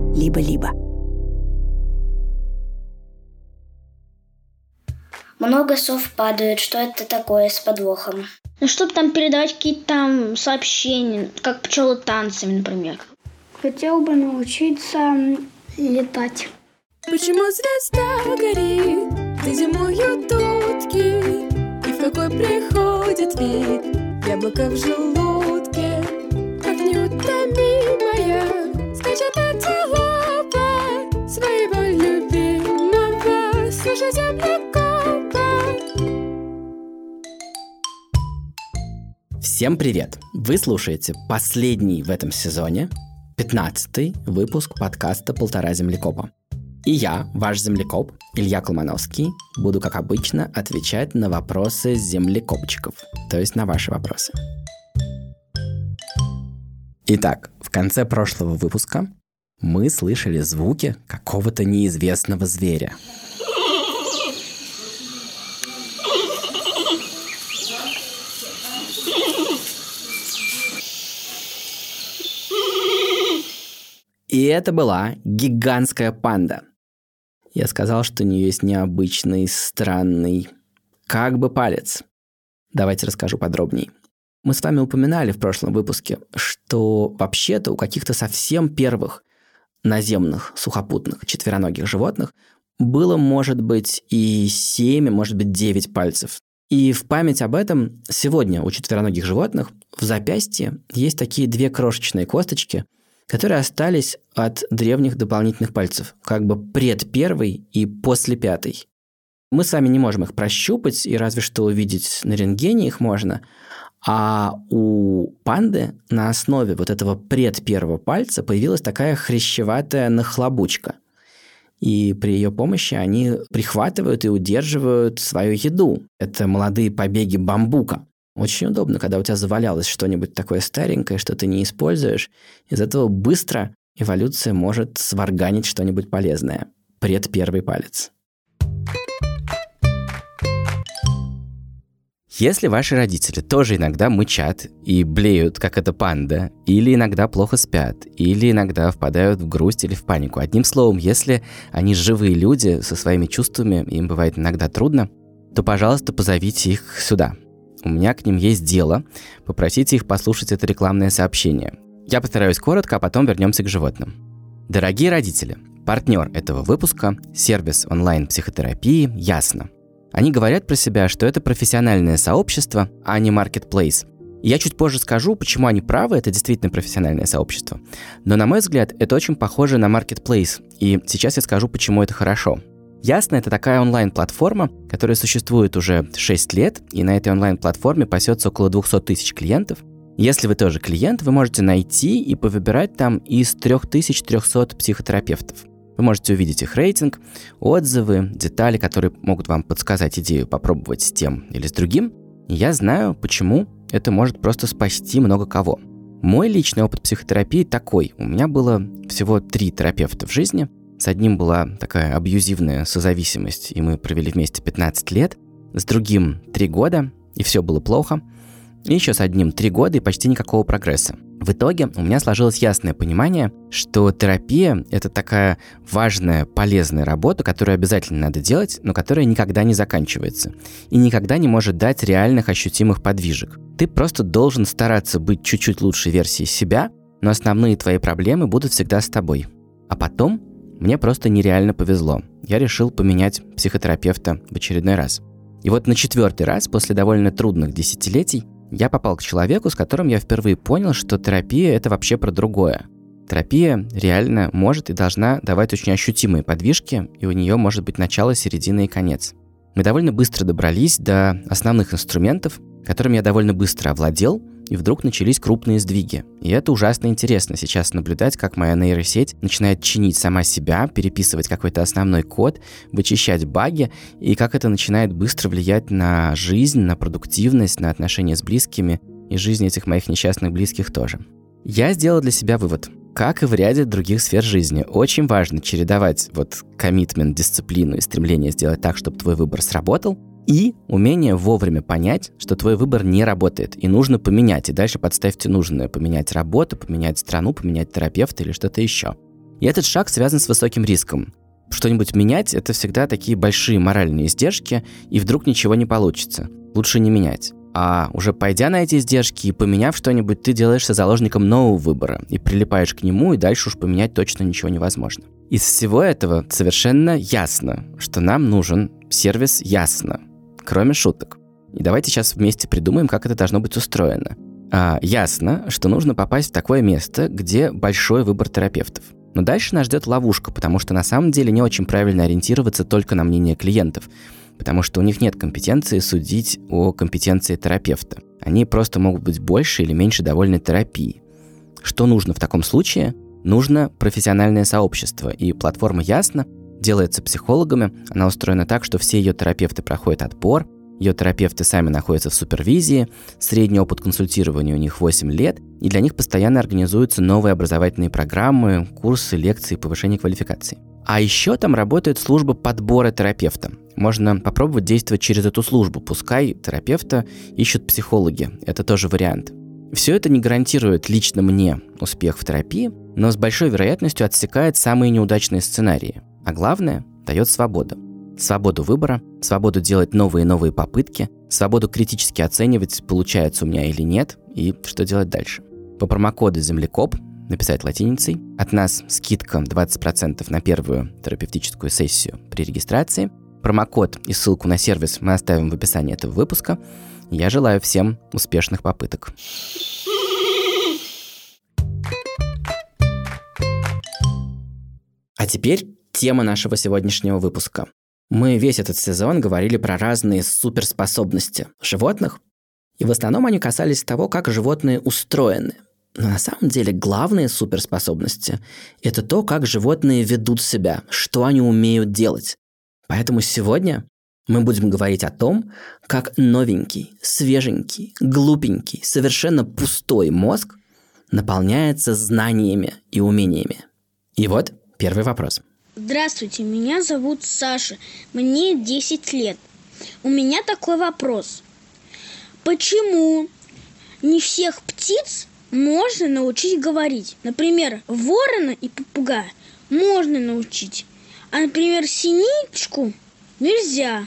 либо-либо. Много сов падают. Что это такое с подвохом? Чтобы там передавать какие-то там сообщения, как пчелы танцами, например. Хотел бы научиться летать. Почему звезда горит, где зимуют утки, и в какой приходит вид яблоко в желудке? Как неутомимая скачет антилопа своего любимого, слушай, землекопа. Всем привет! Вы слушаете последний в этом сезоне 15-й выпуск подкаста «Полтора землекопа». И я, ваш землекоп, Илья Колмановский, буду, как обычно, отвечать на вопросы землекопчиков, то есть на ваши вопросы. Итак, в конце прошлого выпуска мы слышали звуки какого-то неизвестного зверя. И это была гигантская панда. Я сказал, что у нее есть необычный, странный, как бы палец. Давайте расскажу подробней. Мы с вами упоминали в прошлом выпуске, что вообще-то у каких-то совсем первых наземных, сухопутных, четвероногих животных было, может быть, и 7, может быть, 9 пальцев. И в память об этом сегодня у четвероногих животных в запястье есть такие 2 крошечные косточки, которые остались от древних дополнительных пальцев, как бы пред первый и после 5. Мы с вами не можем их прощупать, и разве что увидеть на рентгене их можно, а у панды на основе вот этого пред первого пальца появилась такая хрящеватая нахлобучка. И при ее помощи они прихватывают и удерживают свою еду. Это молодые побеги бамбука. Очень удобно, когда у тебя завалялось что-нибудь такое старенькое, что ты не используешь. Из этого быстро эволюция может сварганить что-нибудь полезное. Пред первый палец. Если ваши родители тоже иногда мычат и блеют, как эта панда, или иногда плохо спят, или иногда впадают в грусть или в панику, одним словом, если они живые люди со своими чувствами, им бывает иногда трудно, то, пожалуйста, позовите их сюда. У меня к ним есть дело. Попросите их послушать это рекламное сообщение. Я постараюсь коротко, а потом вернемся к животным. Дорогие родители, партнер этого выпуска – сервис онлайн-психотерапии «Ясно». Они говорят про себя, что это профессиональное сообщество, а не маркетплейс. Я чуть позже скажу, почему они правы, это действительно профессиональное сообщество. Но, на мой взгляд, это очень похоже на маркетплейс, и сейчас я скажу, почему это хорошо. Ясно, это такая онлайн-платформа, которая существует уже 6 лет, и на этой онлайн-платформе пасется около 200 тысяч клиентов. Если вы тоже клиент, вы можете найти и повыбирать там из 3300 психотерапевтов. Вы можете увидеть их рейтинг, отзывы, детали, которые могут вам подсказать идею попробовать с тем или с другим. И я знаю, почему это может просто спасти много кого. Мой личный опыт психотерапии такой. У меня было всего 3 терапевта в жизни. С одним была такая абьюзивная созависимость, и мы провели вместе 15 лет. С другим 3 года, и все было плохо. И еще с одним 3 года, и почти никакого прогресса. В итоге у меня сложилось ясное понимание, что терапия – это такая важная, полезная работа, которую обязательно надо делать, но которая никогда не заканчивается. И никогда не может дать реальных ощутимых подвижек. Ты просто должен стараться быть чуть-чуть лучшей версией себя, но основные твои проблемы будут всегда с тобой. А потом мне просто нереально повезло. Я решил поменять психотерапевта в очередной раз. И вот на 4-й раз, после довольно трудных десятилетий, я попал к человеку, с которым я впервые понял, что терапия – это вообще про другое. Терапия реально может и должна давать очень ощутимые подвижки, и у нее может быть начало, середина и конец. Мы довольно быстро добрались до основных инструментов, которыми я довольно быстро овладел, и вдруг начались крупные сдвиги. И это ужасно интересно сейчас наблюдать, как моя нейросеть начинает чинить сама себя, переписывать какой-то основной код, вычищать баги, и как это начинает быстро влиять на жизнь, на продуктивность, на отношения с близкими, и жизнь этих моих несчастных близких тоже. Я сделал для себя вывод. Как и в ряде других сфер жизни, очень важно чередовать коммитмент, дисциплину и стремление сделать так, чтобы твой выбор сработал, и умение вовремя понять, что твой выбор не работает, и нужно поменять, и дальше подставьте нужное, поменять работу, поменять страну, поменять терапевта или что-то еще. И этот шаг связан с высоким риском. Что-нибудь менять – это всегда такие большие моральные издержки, и вдруг ничего не получится. Лучше не менять. А уже пойдя на эти издержки и поменяв что-нибудь, ты делаешься заложником нового выбора и прилипаешь к нему, и дальше уж поменять точно ничего невозможно. Из всего этого совершенно ясно, что нам нужен сервис «Ясно», кроме шуток. И давайте сейчас вместе придумаем, как это должно быть устроено. Ясно, что нужно попасть в такое место, где большой выбор терапевтов. Но дальше нас ждет ловушка, потому что на самом деле не очень правильно ориентироваться только на мнение клиентов, потому что у них нет компетенции судить о компетенции терапевта. Они просто могут быть больше или меньше довольны терапией. Что нужно в таком случае? Нужно профессиональное сообщество, и платформа «Ясно» делается психологами, она устроена так, что все ее терапевты проходят отбор, ее терапевты сами находятся в супервизии, средний опыт консультирования у них 8 лет, и для них постоянно организуются новые образовательные программы, курсы, лекции, повышение квалификации. А еще там работает служба подбора терапевта. Можно попробовать действовать через эту службу, пускай терапевта ищут психологи, это тоже вариант. Все это не гарантирует лично мне успех в терапии, но с большой вероятностью отсекает самые неудачные сценарии. А главное, дает свободу. Свободу выбора, свободу делать новые и новые попытки, свободу критически оценивать, получается у меня или нет, и что делать дальше. По промокоду «Землекоп», написать латиницей, от нас скидка 20% на первую терапевтическую сессию при регистрации. Промокод и ссылку на сервис мы оставим в описании этого выпуска. Я желаю всем успешных попыток. А теперь тема нашего сегодняшнего выпуска. Мы весь этот сезон говорили про разные суперспособности животных, и в основном они касались того, как животные устроены. Но на самом деле главные суперспособности – это то, как животные ведут себя, что они умеют делать. Поэтому сегодня мы будем говорить о том, как новенький, свеженький, глупенький, совершенно пустой мозг наполняется знаниями и умениями. И вот первый вопрос. Здравствуйте, меня зовут Саша, мне 10 лет. У меня такой вопрос. Почему не всех птиц можно научить говорить? Например, ворона и попугая можно научить, а, например, синичку нельзя.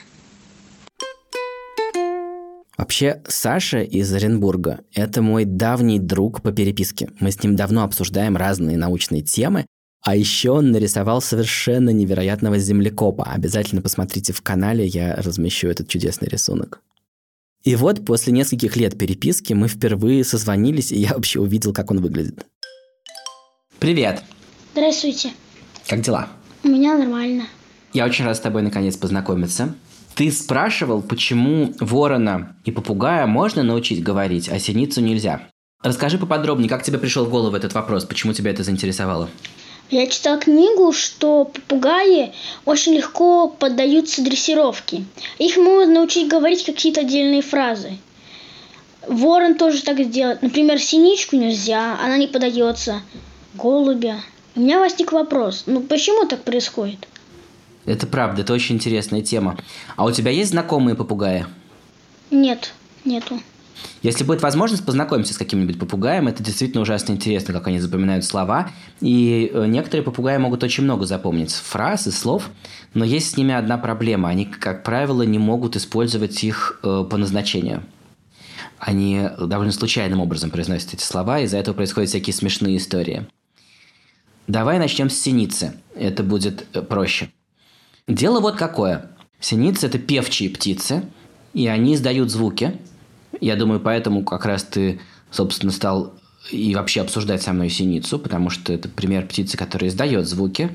Вообще, Саша из Оренбурга – это мой давний друг по переписке. Мы с ним давно обсуждаем разные научные темы, а еще он нарисовал совершенно невероятного землекопа. Обязательно посмотрите в канале, я размещу этот чудесный рисунок. И вот после нескольких лет переписки мы впервые созвонились, и я вообще увидел, как он выглядит. Привет! Здравствуйте. Как дела? У меня нормально. Я очень рад с тобой наконец познакомиться. Ты спрашивал, почему ворона и попугая можно научить говорить, а синицу нельзя. Расскажи поподробнее, как тебе пришел в голову этот вопрос, почему тебя это заинтересовало? Я читал книгу, что попугаи очень легко поддаются дрессировке. Их могут научить говорить какие-то отдельные фразы. Ворон тоже так сделает. Например, синичку нельзя, она не поддается. Голубя. У меня возник вопрос, почему так происходит? Это правда, это очень интересная тема. А у тебя есть знакомые попугаи? Нет, нету. Если будет возможность, познакомиться с каким-нибудь попугаем. Это действительно ужасно интересно, как они запоминают слова. И некоторые попугаи могут очень много запомнить фраз и слов, но есть с ними одна проблема. Они, как правило, не могут использовать их по назначению. Они довольно случайным образом произносят эти слова, и из-за этого происходят всякие смешные истории. Давай начнем с синицы. Это будет проще. Дело вот какое. Синицы – это певчие птицы, и они издают звуки. Я думаю, поэтому как раз ты, собственно, стал и вообще обсуждать со мной синицу, потому что это пример птицы, которая издает звуки,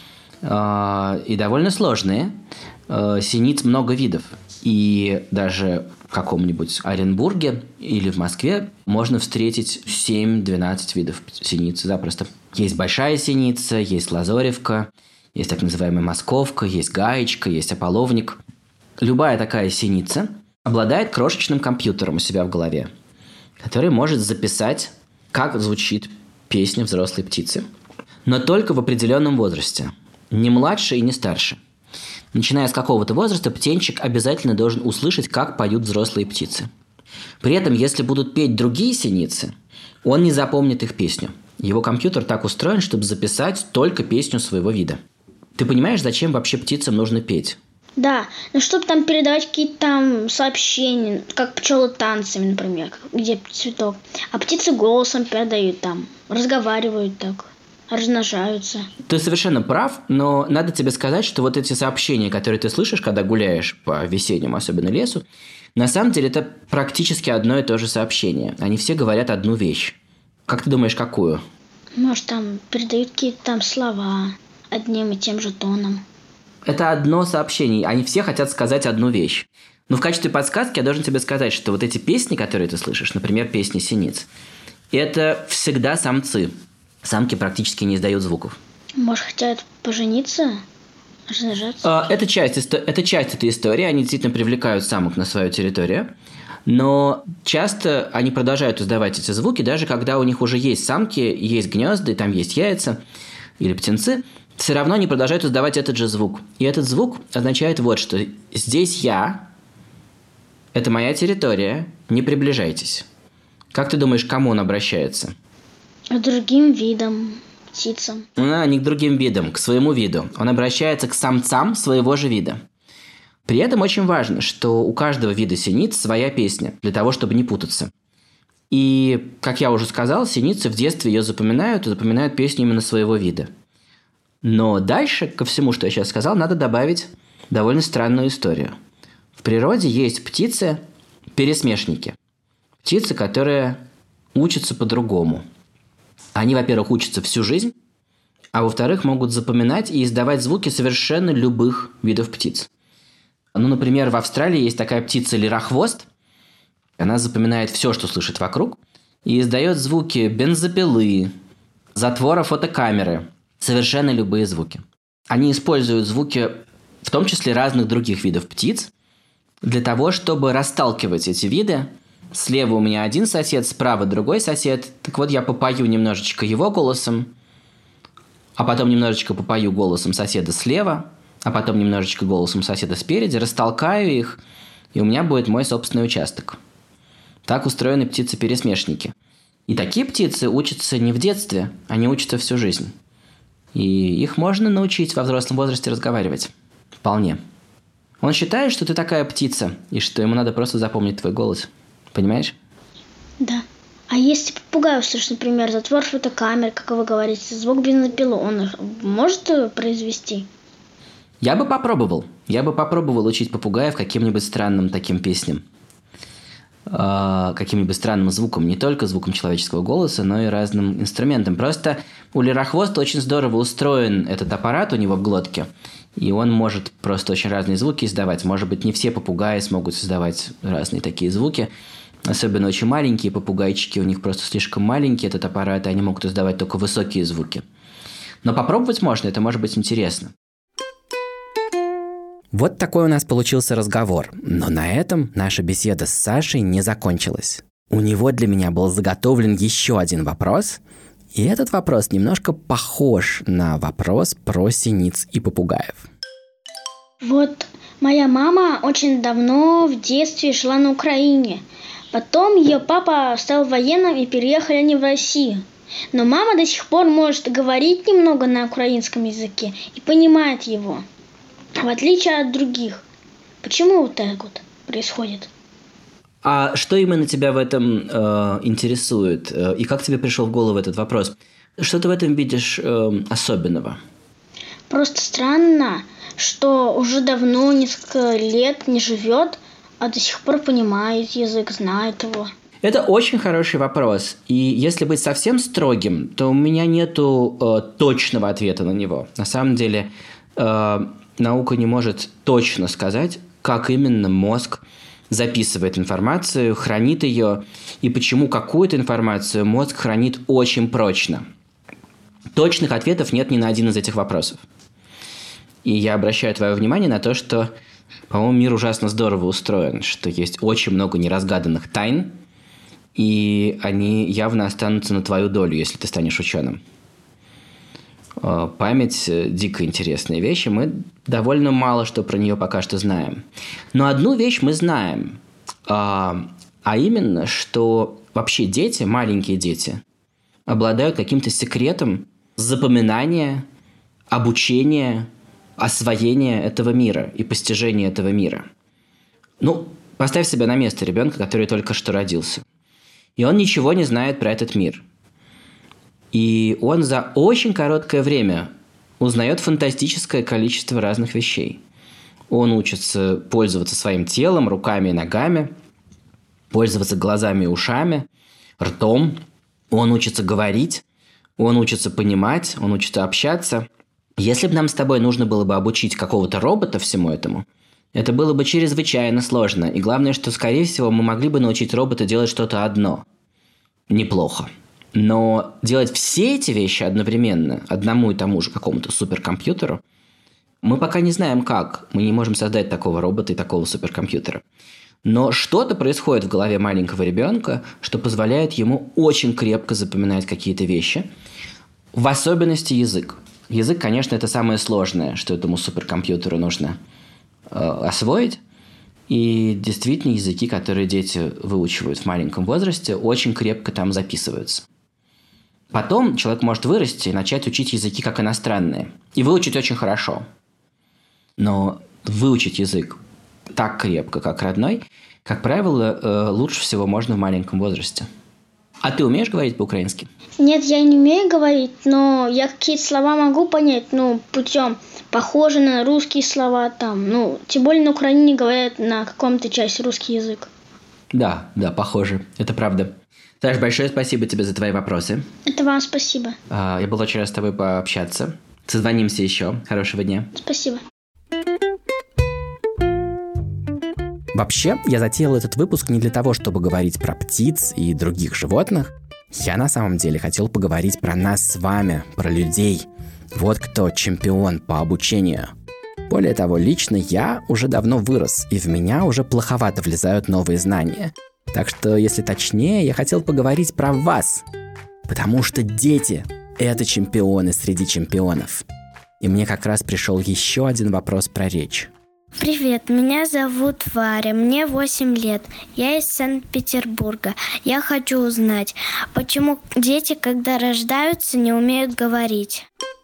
и довольно сложные. Синиц много видов, и даже в каком-нибудь Оренбурге или в Москве можно встретить 7-12 видов синицы запросто. Есть большая синица, есть лазоревка, есть так называемая московка, есть гаечка, есть ополовник. Любая такая синица обладает крошечным компьютером у себя в голове, который может записать, как звучит песня взрослой птицы. Но только в определенном возрасте. Не младше и не старше. Начиная с какого-то возраста, птенчик обязательно должен услышать, как поют взрослые птицы. При этом, если будут петь другие синицы, он не запомнит их песню. Его компьютер так устроен, чтобы записать только песню своего вида. Ты понимаешь, зачем вообще птицам нужно петь? Да, ну чтобы там передавать какие-то там сообщения, как пчелы танцами, например, где цветок. А птицы голосом передают там, разговаривают так, размножаются. Ты совершенно прав, но надо тебе сказать, что вот эти сообщения, которые ты слышишь, когда гуляешь по весеннему, особенно лесу, на самом деле это практически одно и то же сообщение. Они все говорят одну вещь. Как ты думаешь, какую? Может, там передают какие-то там слова одним и тем же тоном. Это одно сообщение. Они все хотят сказать одну вещь. Но в качестве подсказки я должен тебе сказать, что вот эти песни, которые ты слышишь, например, песни синиц, это всегда самцы. Самки практически не издают звуков. Может, хотят пожениться? Размножаться? Это часть этой истории. Они действительно привлекают самок на свою территорию. Но часто они продолжают издавать эти звуки, даже когда у них уже есть самки, есть гнезда, и там есть яйца или птенцы. Все равно они продолжают издавать этот же звук. И этот звук означает вот что. Здесь я, это моя территория, не приближайтесь. Как ты думаешь, к кому он обращается? К другим видам, птицам. Не к другим видам, к своему виду. Он обращается к самцам своего же вида. При этом очень важно, что у каждого вида синиц своя песня, для того, чтобы не путаться. И, как я уже сказал, синицы в детстве ее запоминают и запоминают песню именно своего вида. Но дальше, ко всему, что я сейчас сказал, надо добавить довольно странную историю. В природе есть птицы-пересмешники. Птицы, которые учатся по-другому. Они, во-первых, учатся всю жизнь, а во-вторых, могут запоминать и издавать звуки совершенно любых видов птиц. Например, в Австралии есть такая птица лирохвост. Она запоминает все, что слышит вокруг, и издает звуки бензопилы, затвора фотокамеры, совершенно любые звуки. Они используют звуки, в том числе разных других видов птиц, для того, чтобы расталкивать эти виды. Слева у меня один сосед, справа другой сосед. Так вот, я попою немножечко его голосом, а потом немножечко попою голосом соседа слева, а потом немножечко голосом соседа спереди, растолкаю их, и у меня будет мой собственный участок. Так устроены птицы-пересмешники. И такие птицы учатся не в детстве, они учатся всю жизнь. И их можно научить во взрослом возрасте разговаривать. Вполне. Он считает, что ты такая птица, и что ему надо просто запомнить твой голос. Понимаешь? Да. А если попугай услышит, например, затвор фотокамер, как вы говорите, звук бензопилы, он их может произвести? Я бы попробовал. Я бы попробовал учить попугаев каким-нибудь странным таким песням. Каким-нибудь странным звуком. Не только звуком человеческого голоса, но и разным инструментом. Просто у лирохвоста очень здорово устроен этот аппарат у него в глотке. И он может просто очень разные звуки издавать. Может быть, не все попугаи смогут издавать разные такие звуки. Особенно очень маленькие попугайчики. У них просто слишком маленький этот аппарат, и они могут издавать только высокие звуки. Но попробовать можно, это может быть интересно. Вот такой у нас получился разговор. Но на этом наша беседа с Сашей не закончилась. У него для меня был заготовлен еще один вопрос. И этот вопрос немножко похож на вопрос про синиц и попугаев. Вот моя мама очень давно в детстве жила на Украине. Потом ее папа стал военным и переехали они в Россию. Но мама до сих пор может говорить немного на украинском языке и понимает его. В отличие от других. Почему вот так вот происходит? А что именно тебя в этом интересует? И как тебе пришел в голову этот вопрос? Что ты в этом видишь особенного? Просто странно, что уже давно, несколько лет не живет, а до сих пор понимает язык, знает его. Это очень хороший вопрос. И если быть совсем строгим, то у меня нету точного ответа на него. На самом деле, наука не может точно сказать, как именно мозг записывает информацию, хранит ее, и почему какую-то информацию мозг хранит очень прочно. Точных ответов нет ни на один из этих вопросов. И я обращаю твое внимание на то, что, по-моему, мир ужасно здорово устроен, что есть очень много неразгаданных тайн, и они явно останутся на твою долю, если ты станешь ученым. Память – дико интересная вещь, и мы довольно мало что про нее пока что знаем. Но одну вещь мы знаем, а именно, что вообще дети, маленькие дети, обладают каким-то секретом запоминания, обучения, освоения этого мира и постижения этого мира. Поставь себя на место ребенка, который только что родился. И он ничего не знает про этот мир. И он за очень короткое время узнает фантастическое количество разных вещей. Он учится пользоваться своим телом, руками и ногами, пользоваться глазами и ушами, ртом. Он учится говорить, он учится понимать, он учится общаться. Если бы нам с тобой нужно было бы обучить какого-то робота всему этому, это было бы чрезвычайно сложно. И главное, что, скорее всего, мы могли бы научить робота делать что-то одно. Неплохо. Но делать все эти вещи одновременно, одному и тому же какому-то суперкомпьютеру, мы пока не знаем как. Мы не можем создать такого робота и такого суперкомпьютера. Но что-то происходит в голове маленького ребенка, что позволяет ему очень крепко запоминать какие-то вещи. В особенности язык. Язык, конечно, это самое сложное, что этому суперкомпьютеру нужно освоить. И действительно, языки, которые дети выучивают в маленьком возрасте, очень крепко там записываются. Потом человек может вырасти и начать учить языки как иностранные. И выучить очень хорошо. Но выучить язык так крепко, как родной, как правило, лучше всего можно в маленьком возрасте. А ты умеешь говорить по-украински? Нет, я не умею говорить, но я какие-то слова могу понять, путем похожи на русские слова там. Тем более на Украине говорят на каком-то части русский язык. Да, похоже. Это правда. Саш, большое спасибо тебе за твои вопросы. Это вам спасибо. Я был очень рад с тобой пообщаться. Созвонимся еще. Хорошего дня. Спасибо. Вообще, я затеял этот выпуск не для того, чтобы говорить про птиц и других животных. Я на самом деле хотел поговорить про нас с вами, про людей. Вот кто чемпион по обучению. Более того, лично я уже давно вырос, и в меня уже плоховато влезают новые знания. Так что, если точнее, я хотел поговорить про вас. Потому что дети – это чемпионы среди чемпионов. И мне как раз пришел еще один вопрос про речь. Привет, меня зовут Варя, мне 8 лет. Я из Санкт-Петербурга. Я хочу узнать, почему дети, когда рождаются, не умеют говорить.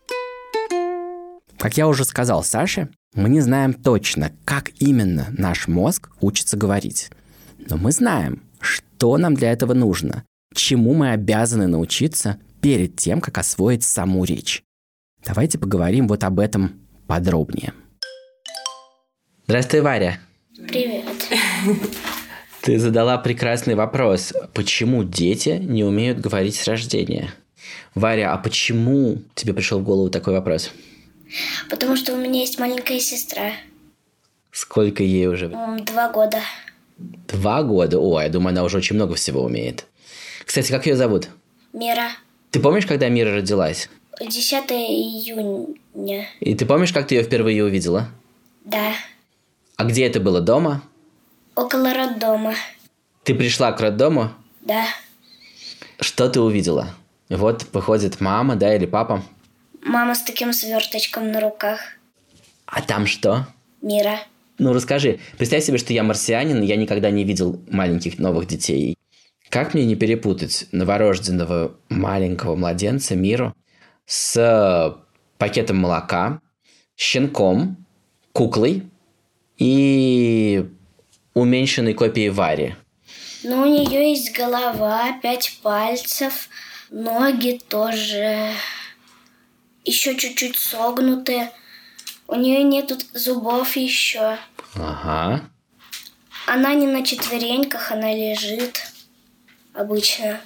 Как я уже сказал Саше, мы не знаем точно, как именно наш мозг учится говорить. Но мы знаем, что нам для этого нужно, чему мы обязаны научиться перед тем, как освоить саму речь. Давайте поговорим вот об этом подробнее. Здравствуй, Варя. Привет. Ты задала прекрасный вопрос. Почему дети не умеют говорить с рождения? Варя, а почему тебе пришел в голову такой вопрос? Потому что у меня есть маленькая сестра. Сколько ей уже? 2 года. 2 года? О, я думаю, она уже очень много всего умеет. Кстати, как ее зовут? Мира. Ты помнишь, когда Мира родилась? 10 июня. И ты помнишь, как ты ее впервые увидела? Да. А где это было, дома? Около роддома. Ты пришла к роддому? Да. Что ты увидела? Вот выходит мама, да, или папа? Мама с таким сверточком на руках. А там что? Мира. Расскажи. Представь себе, что я марсианин, и я никогда не видел маленьких новых детей. Как мне не перепутать новорожденного маленького младенца Миру с пакетом молока, щенком, куклой и уменьшенной копией Вари? У нее есть голова, 5 пальцев, ноги тоже еще чуть-чуть согнутые. У нее нету зубов еще. Ага. Она не на четвереньках, она лежит обычно.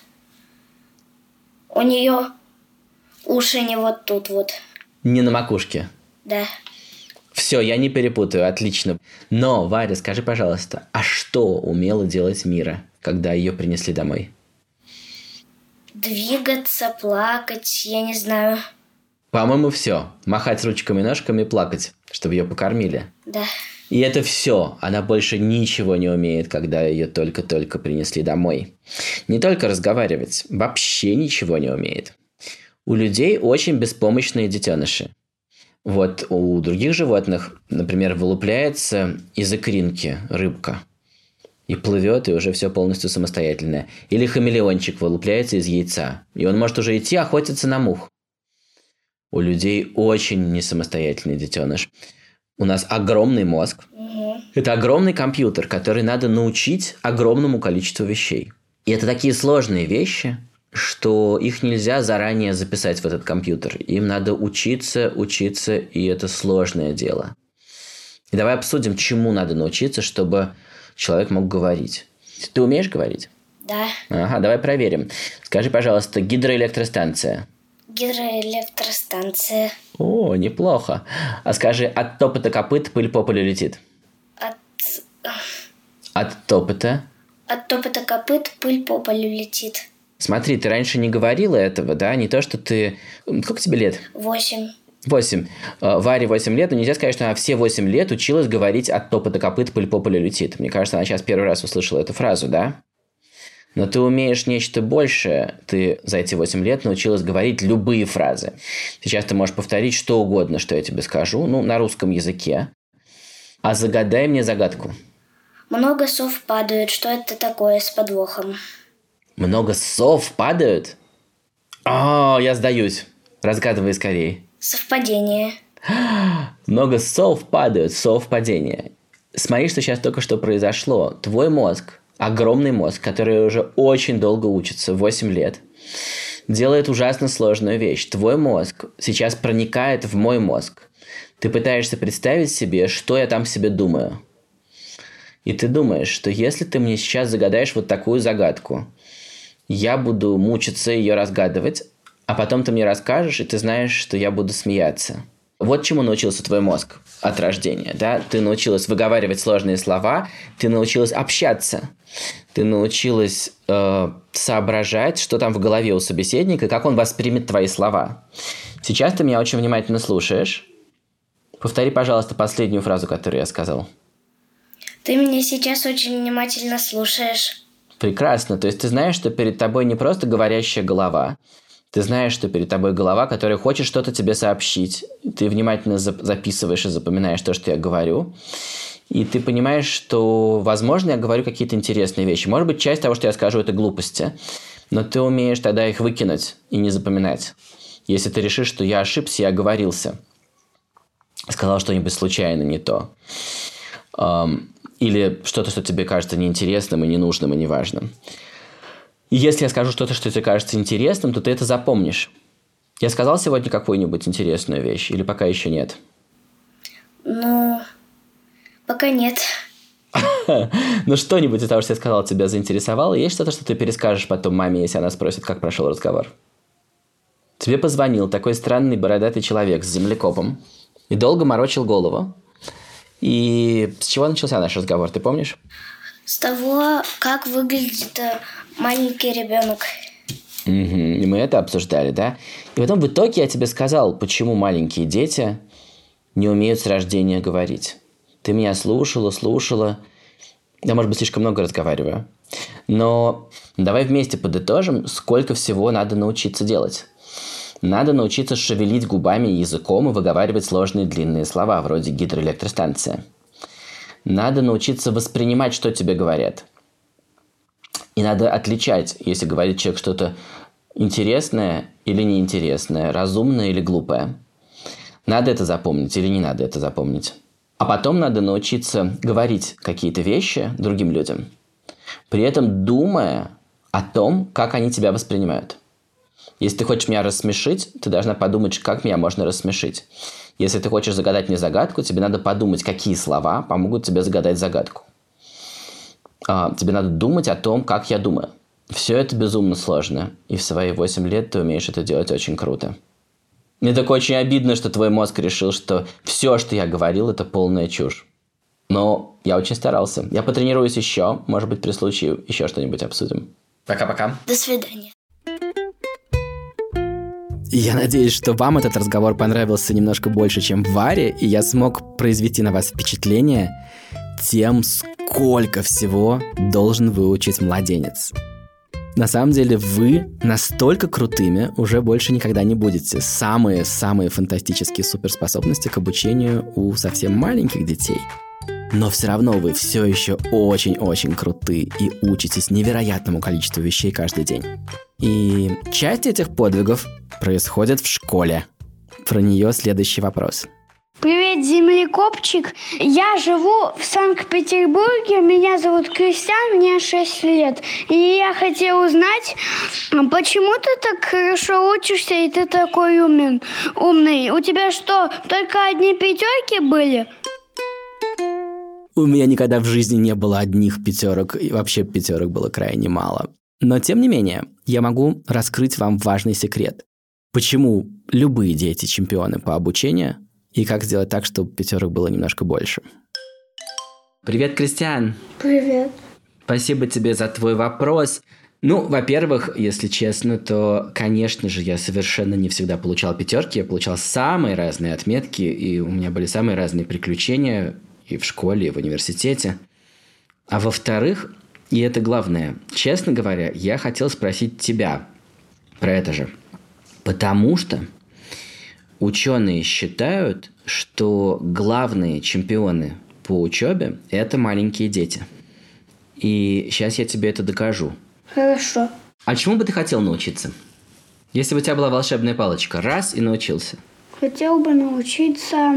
У нее уши не вот тут вот. Не на макушке? Да. Все, я не перепутаю, отлично. Но, Варя, скажи, пожалуйста, а что умела делать Мира, когда ее принесли домой? Двигаться, плакать, я не знаю. По-моему, все. Махать ручками и ножками и плакать, чтобы ее покормили. Да. И это все. Она больше ничего не умеет, когда ее только-только принесли домой. Не только разговаривать, вообще ничего не умеет. У людей очень беспомощные детеныши. Вот у других животных, например, вылупляется из икринки рыбка. и плывет, и уже все полностью самостоятельное. Или хамелеончик вылупляется из яйца, и он может уже идти охотиться на мух. У людей очень несамостоятельный детеныш. У нас огромный мозг. Это огромный компьютер, который надо научить огромному количеству вещей. И это такие сложные вещи, что их нельзя заранее записать в этот компьютер. Им надо учиться, и это сложное дело. И давай обсудим, чему надо научиться, чтобы человек мог говорить. Ты умеешь говорить? Да. Ага, давай проверим. Скажи, пожалуйста, гидроэлектростанция. Гидроэлектростанция. О, неплохо. А скажи, от топота копыт пыль по полю летит. От топота? От топота копыт пыль по полю летит. Смотри, ты раньше не говорила этого, да? Не то, что ты... Сколько тебе лет? 8. 8. Варе 8 лет, но нельзя сказать, что она все 8 лет училась говорить от топота копыт пыль по полю летит. Мне кажется, она сейчас первый раз услышала эту фразу, да? Но ты умеешь нечто большее. Ты за эти 8 лет научилась говорить любые фразы. Сейчас ты можешь повторить что угодно, что я тебе скажу, на русском языке. А загадай мне загадку. Много сов падают. Что это такое с подвохом? Много сов падают? О, я сдаюсь. Разгадывай скорее. Совпадение. Много сов падают. Совпадение. Смотри, что сейчас только что произошло. Твой мозг, огромный мозг, который уже очень долго учится, 8 лет, делает ужасно сложную вещь. Твой мозг сейчас проникает в мой мозг. Ты пытаешься представить себе, что я там себе думаю. И ты думаешь, что если ты мне сейчас загадаешь вот такую загадку, я буду мучиться ее разгадывать, а потом ты мне расскажешь, и ты знаешь, что я буду смеяться. Вот чему научился твой мозг от рождения, да? Ты научилась выговаривать сложные слова, ты научилась общаться, ты научилась соображать, что там в голове у собеседника, и как он воспримет твои слова. Сейчас ты меня очень внимательно слушаешь. Повтори, пожалуйста, последнюю фразу, которую я сказал. Ты меня сейчас очень внимательно слушаешь. Прекрасно. То есть ты знаешь, что перед тобой не просто говорящая голова. Ты знаешь, что перед тобой голова, которая хочет что-то тебе сообщить. Ты внимательно записываешь и запоминаешь то, что я говорю. И ты понимаешь, что, возможно, я говорю какие-то интересные вещи. Может быть, часть того, что я скажу, это глупости. Но ты умеешь тогда их выкинуть и не запоминать. Если ты решишь, что я ошибся, я оговорился. Сказал что-нибудь случайно не то. Или что-то, что тебе кажется неинтересным и ненужным и неважным. И если я скажу что-то, что тебе кажется интересным, то ты это запомнишь. Я сказал сегодня какую-нибудь интересную вещь? Или пока еще нет? Пока нет. Ну, что-нибудь из того, что я сказал, тебя заинтересовало? Есть что-то, что ты перескажешь потом маме, если она спросит, как прошел разговор? Тебе позвонил такой странный бородатый человек с землекопом и долго морочил голову. И с чего начался наш разговор, ты помнишь? С того, как выглядит маленький ребенок. И мы это обсуждали, да? И потом в итоге я тебе сказал, почему маленькие дети не умеют с рождения говорить. Ты меня слушала. Я, может быть, слишком много разговариваю. Но давай вместе подытожим, сколько всего надо научиться делать. Надо научиться шевелить губами и языком и выговаривать сложные длинные слова, вроде гидроэлектростанция. Надо научиться воспринимать, что тебе говорят. И надо отличать, если говорит человек что-то интересное или неинтересное, разумное или глупое. Надо это запомнить или не надо это запомнить. А потом надо научиться говорить какие-то вещи другим людям, при этом думая о том, как они тебя воспринимают. Если ты хочешь меня рассмешить, ты должна подумать, как меня можно рассмешить. Если ты хочешь загадать мне загадку, тебе надо подумать, какие слова помогут тебе загадать загадку. Тебе надо думать о том, как я думаю. Все это безумно сложно. И в свои 8 лет ты умеешь это делать очень круто. Мне так очень обидно, что твой мозг решил, что все, что я говорил, это полная чушь. Но я очень старался. Я потренируюсь еще. Может быть, при случае еще что-нибудь обсудим. Пока-пока. До свидания. Я надеюсь, что вам этот разговор понравился немножко больше, чем Варе, и я смог произвести на вас впечатление тем, сколько всего должен выучить младенец. На самом деле вы настолько крутыми уже больше никогда не будете. Самые-самые фантастические суперспособности к обучению у совсем маленьких детей Но все равно вы все еще очень-очень круты и учитесь невероятному количеству вещей каждый день. И часть этих подвигов происходит в школе. Про нее следующий вопрос. Привет, землекопчик. Я живу в Санкт-Петербурге. Меня зовут Кристиан, мне 6 лет. И я хотела узнать, почему ты так хорошо учишься и ты такой умный? У тебя что, только одни пятерки были? У меня никогда в жизни не было одних пятерок, и вообще пятерок было крайне мало. Но тем не менее, я могу раскрыть вам важный секрет. Почему любые дети чемпионы по обучению, и как сделать так, чтобы пятерок было немножко больше. Привет, Кристиан. Привет. Спасибо тебе за твой вопрос. Ну, во-первых, если честно, то, конечно же, я совершенно не всегда получал пятерки. Я получал самые разные отметки, и у меня были самые разные приключения и в школе, и в университете. А во-вторых, и это главное, честно говоря, я хотел спросить тебя про это же. Потому что ученые считают, что главные чемпионы по учебе – это маленькие дети. И сейчас я тебе это докажу. Хорошо. А чему бы ты хотел научиться? Если бы у тебя была волшебная палочка, раз и научился. Хотел бы научиться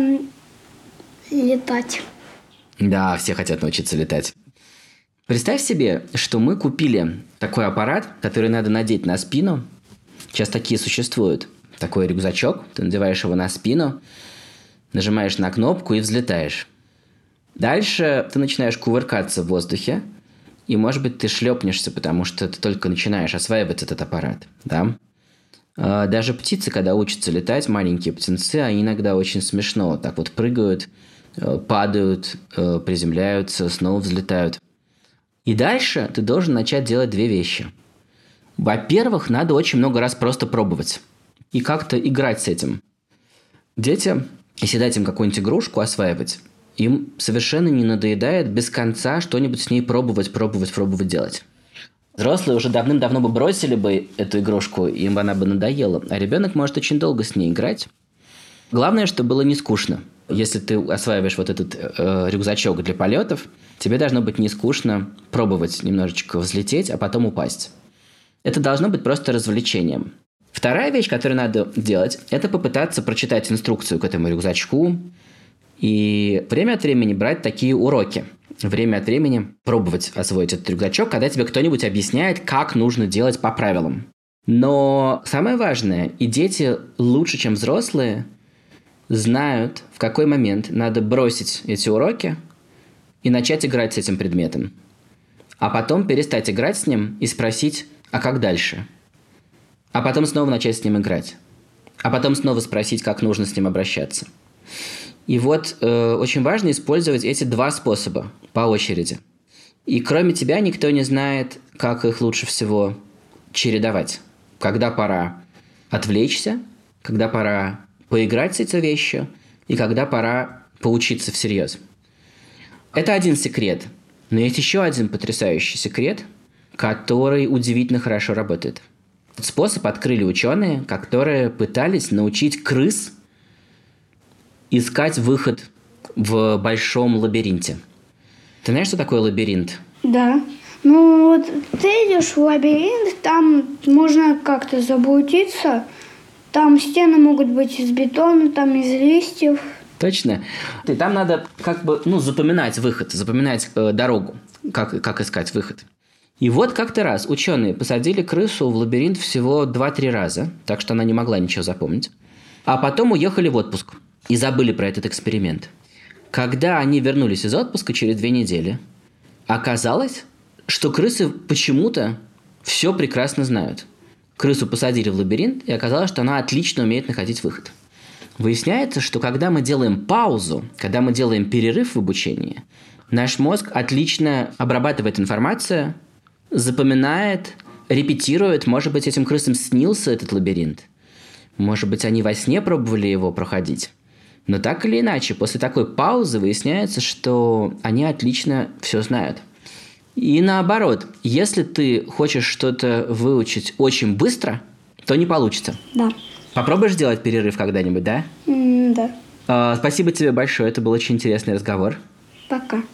летать. Да, все хотят научиться летать. Представь себе, что мы купили такой аппарат, который надо надеть на спину. Сейчас такие существуют. Такой рюкзачок, ты надеваешь его на спину, нажимаешь на кнопку и взлетаешь. Дальше ты начинаешь кувыркаться в воздухе, и, может быть, ты шлепнешься, потому что ты только начинаешь осваивать этот аппарат. Да? Даже птицы, когда учатся летать, маленькие птенцы, они иногда очень смешно так вот прыгают, падают, приземляются, снова взлетают. И дальше ты должен начать делать две вещи. Во-первых, надо очень много раз просто пробовать и как-то играть с этим. Дети, если дать им какую-нибудь игрушку осваивать, им совершенно не надоедает без конца что-нибудь с ней пробовать делать. Взрослые уже давным-давно бы бросили бы эту игрушку, им она бы надоела, а ребенок может очень долго с ней играть. Главное, чтобы было не скучно. Если ты осваиваешь вот этот рюкзачок для полетов, тебе должно быть не скучно пробовать немножечко взлететь, а потом упасть. Это должно быть просто развлечением. Вторая вещь, которую надо делать, это попытаться прочитать инструкцию к этому рюкзачку и время от времени брать такие уроки. Время от времени пробовать освоить этот рюкзачок, когда тебе кто-нибудь объясняет, как нужно делать по правилам. Но самое важное, и дети лучше, чем взрослые, знают, в какой момент надо бросить эти уроки и начать играть с этим предметом. А потом перестать играть с ним и спросить, а как дальше? А потом снова начать с ним играть. А потом снова спросить, как нужно с ним обращаться. И вот очень важно использовать эти два способа по очереди. И кроме тебя никто не знает, как их лучше всего чередовать. Когда пора отвлечься, когда пора поиграть с этой вещью, и когда пора поучиться всерьез. Это один секрет. Но есть еще один потрясающий секрет, который удивительно хорошо работает. Этот способ открыли ученые, которые пытались научить крыс искать выход в большом лабиринте. Ты знаешь, что такое лабиринт? Да. Ну вот ты идешь в лабиринт, там можно как-то заблудиться. Там стены могут быть из бетона, там из листьев. Точно. И там надо запоминать выход, запоминать дорогу, как искать выход. И вот как-то раз ученые посадили крысу в лабиринт всего 2-3 раза, так что она не могла ничего запомнить. А потом уехали в отпуск и забыли про этот эксперимент. Когда они вернулись из отпуска через 2 недели, оказалось, что крысы почему-то все прекрасно знают. Крысу посадили в лабиринт, и оказалось, что она отлично умеет находить выход. Выясняется, что когда мы делаем паузу, когда мы делаем перерыв в обучении, наш мозг отлично обрабатывает информацию, запоминает, репетирует. Может быть, этим крысам снился этот лабиринт. Может быть, они во сне пробовали его проходить. Но так или иначе, после такой паузы выясняется, что они отлично все знают. И наоборот, если ты хочешь что-то выучить очень быстро, то не получится. Да. Попробуешь сделать перерыв когда-нибудь, да? Да. Спасибо тебе большое, это был очень интересный разговор. Пока.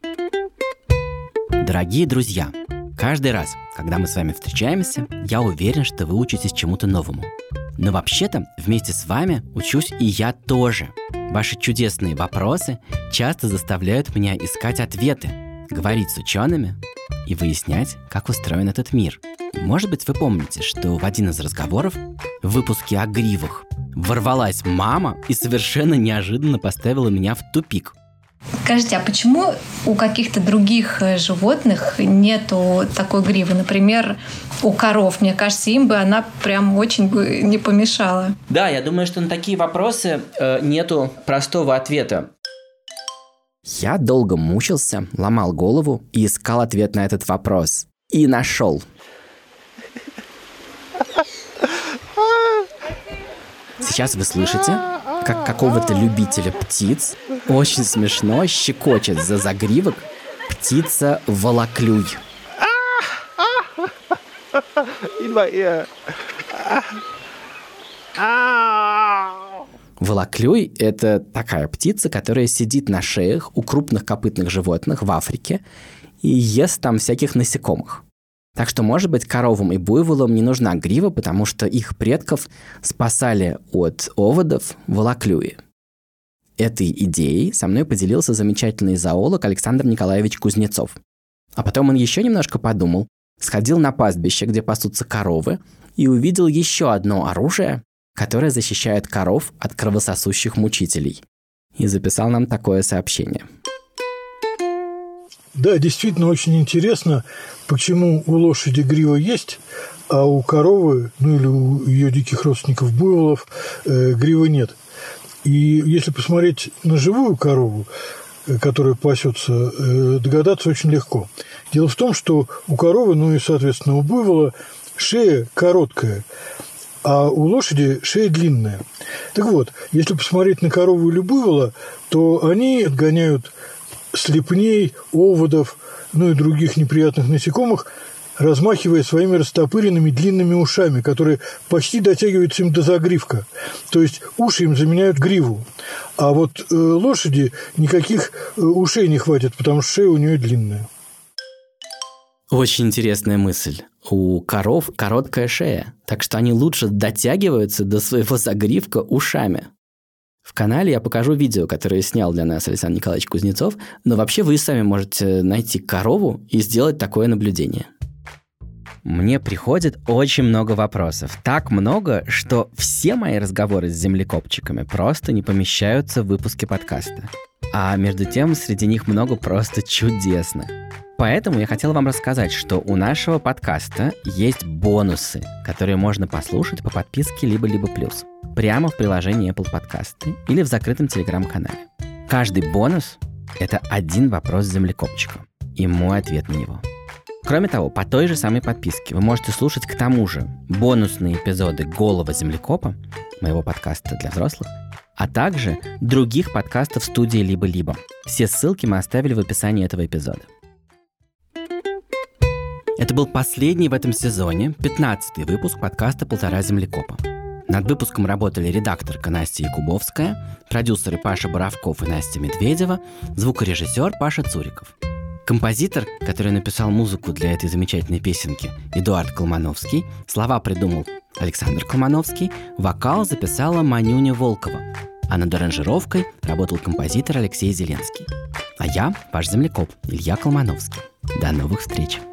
Дорогие друзья, каждый раз, когда мы с вами встречаемся, я уверен, что вы учитесь чему-то новому. Но вообще-то вместе с вами учусь и я тоже. Ваши чудесные вопросы часто заставляют меня искать ответы, говорить с учеными и выяснять, как устроен этот мир. Может быть, вы помните, что в один из разговоров в выпуске о гривах ворвалась мама и совершенно неожиданно поставила меня в тупик. Скажите, а почему у каких-то других животных нету такой гривы? Например, у коров. Мне кажется, им бы она прям очень бы не помешала. Да, я думаю, что на такие вопросы нету простого ответа. Я долго мучился, ломал голову и искал ответ на этот вопрос. И нашел. Сейчас вы слышите, как какого-то любителя птиц очень смешно щекочет за загривок птица волоклюй. Волоклюй – это такая птица, которая сидит на шеях у крупных копытных животных в Африке и ест там всяких насекомых. Так что, может быть, коровам и буйволам не нужна грива, потому что их предков спасали от оводов волоклюи. Этой идеей со мной поделился замечательный зоолог Александр Николаевич Кузнецов. А потом он еще немножко подумал, сходил на пастбище, где пасутся коровы, и увидел еще одно оружие, которое защищает коров от кровососущих мучителей. И записал нам такое сообщение. Да, действительно очень интересно, почему у лошади грива есть, а у коровы, ну или у ее диких родственников буйволов, гривы нет. И если посмотреть на живую корову, которая пасется, догадаться очень легко. Дело в том, что у коровы, ну и, соответственно, у буйвола шея короткая, а у лошади шея длинная. Так вот, если посмотреть на корову или буйвола, то они отгоняют слепней, оводов, ну и других неприятных насекомых, размахивая своими растопыренными длинными ушами, которые почти дотягиваются им до загривка. То есть уши им заменяют гриву. А вот лошади никаких ушей не хватит, потому что шея у нее длинная. Очень интересная мысль. У коров короткая шея, так что они лучше дотягиваются до своего загривка ушами. В канале я покажу видео, которое снял для нас Александр Николаевич Кузнецов, но вообще вы сами можете найти корову и сделать такое наблюдение. Мне приходит очень много вопросов. Так много, что все мои разговоры с землекопчиками просто не помещаются в выпуске подкаста. А между тем, среди них много просто чудесных. Поэтому я хотел вам рассказать, что у нашего подкаста есть бонусы, которые можно послушать по подписке «Либо-либо плюс» прямо в приложении Apple Подкасты или в закрытом Telegram-канале. Каждый бонус – это один вопрос землекопчика и мой ответ на него. Кроме того, по той же самой подписке вы можете слушать к тому же бонусные эпизоды «Голого землекопа», моего подкаста для взрослых, а также других подкастов студии «Либо-либо». Все ссылки мы оставили в описании этого эпизода. Это был последний в этом сезоне, 15-й выпуск подкаста «Полтора землекопа». Над выпуском работали редакторка Настя Якубовская, продюсеры Паша Боровков и Настя Медведева, звукорежиссер Паша Цуриков. Композитор, который написал музыку для этой замечательной песенки, Эдуард Колмановский, слова придумал Александр Колмановский, вокал записала Манюня Волкова, а над аранжировкой работал композитор Алексей Зеленский. А я, ваш землекоп, Илья Колмановский. До новых встреч!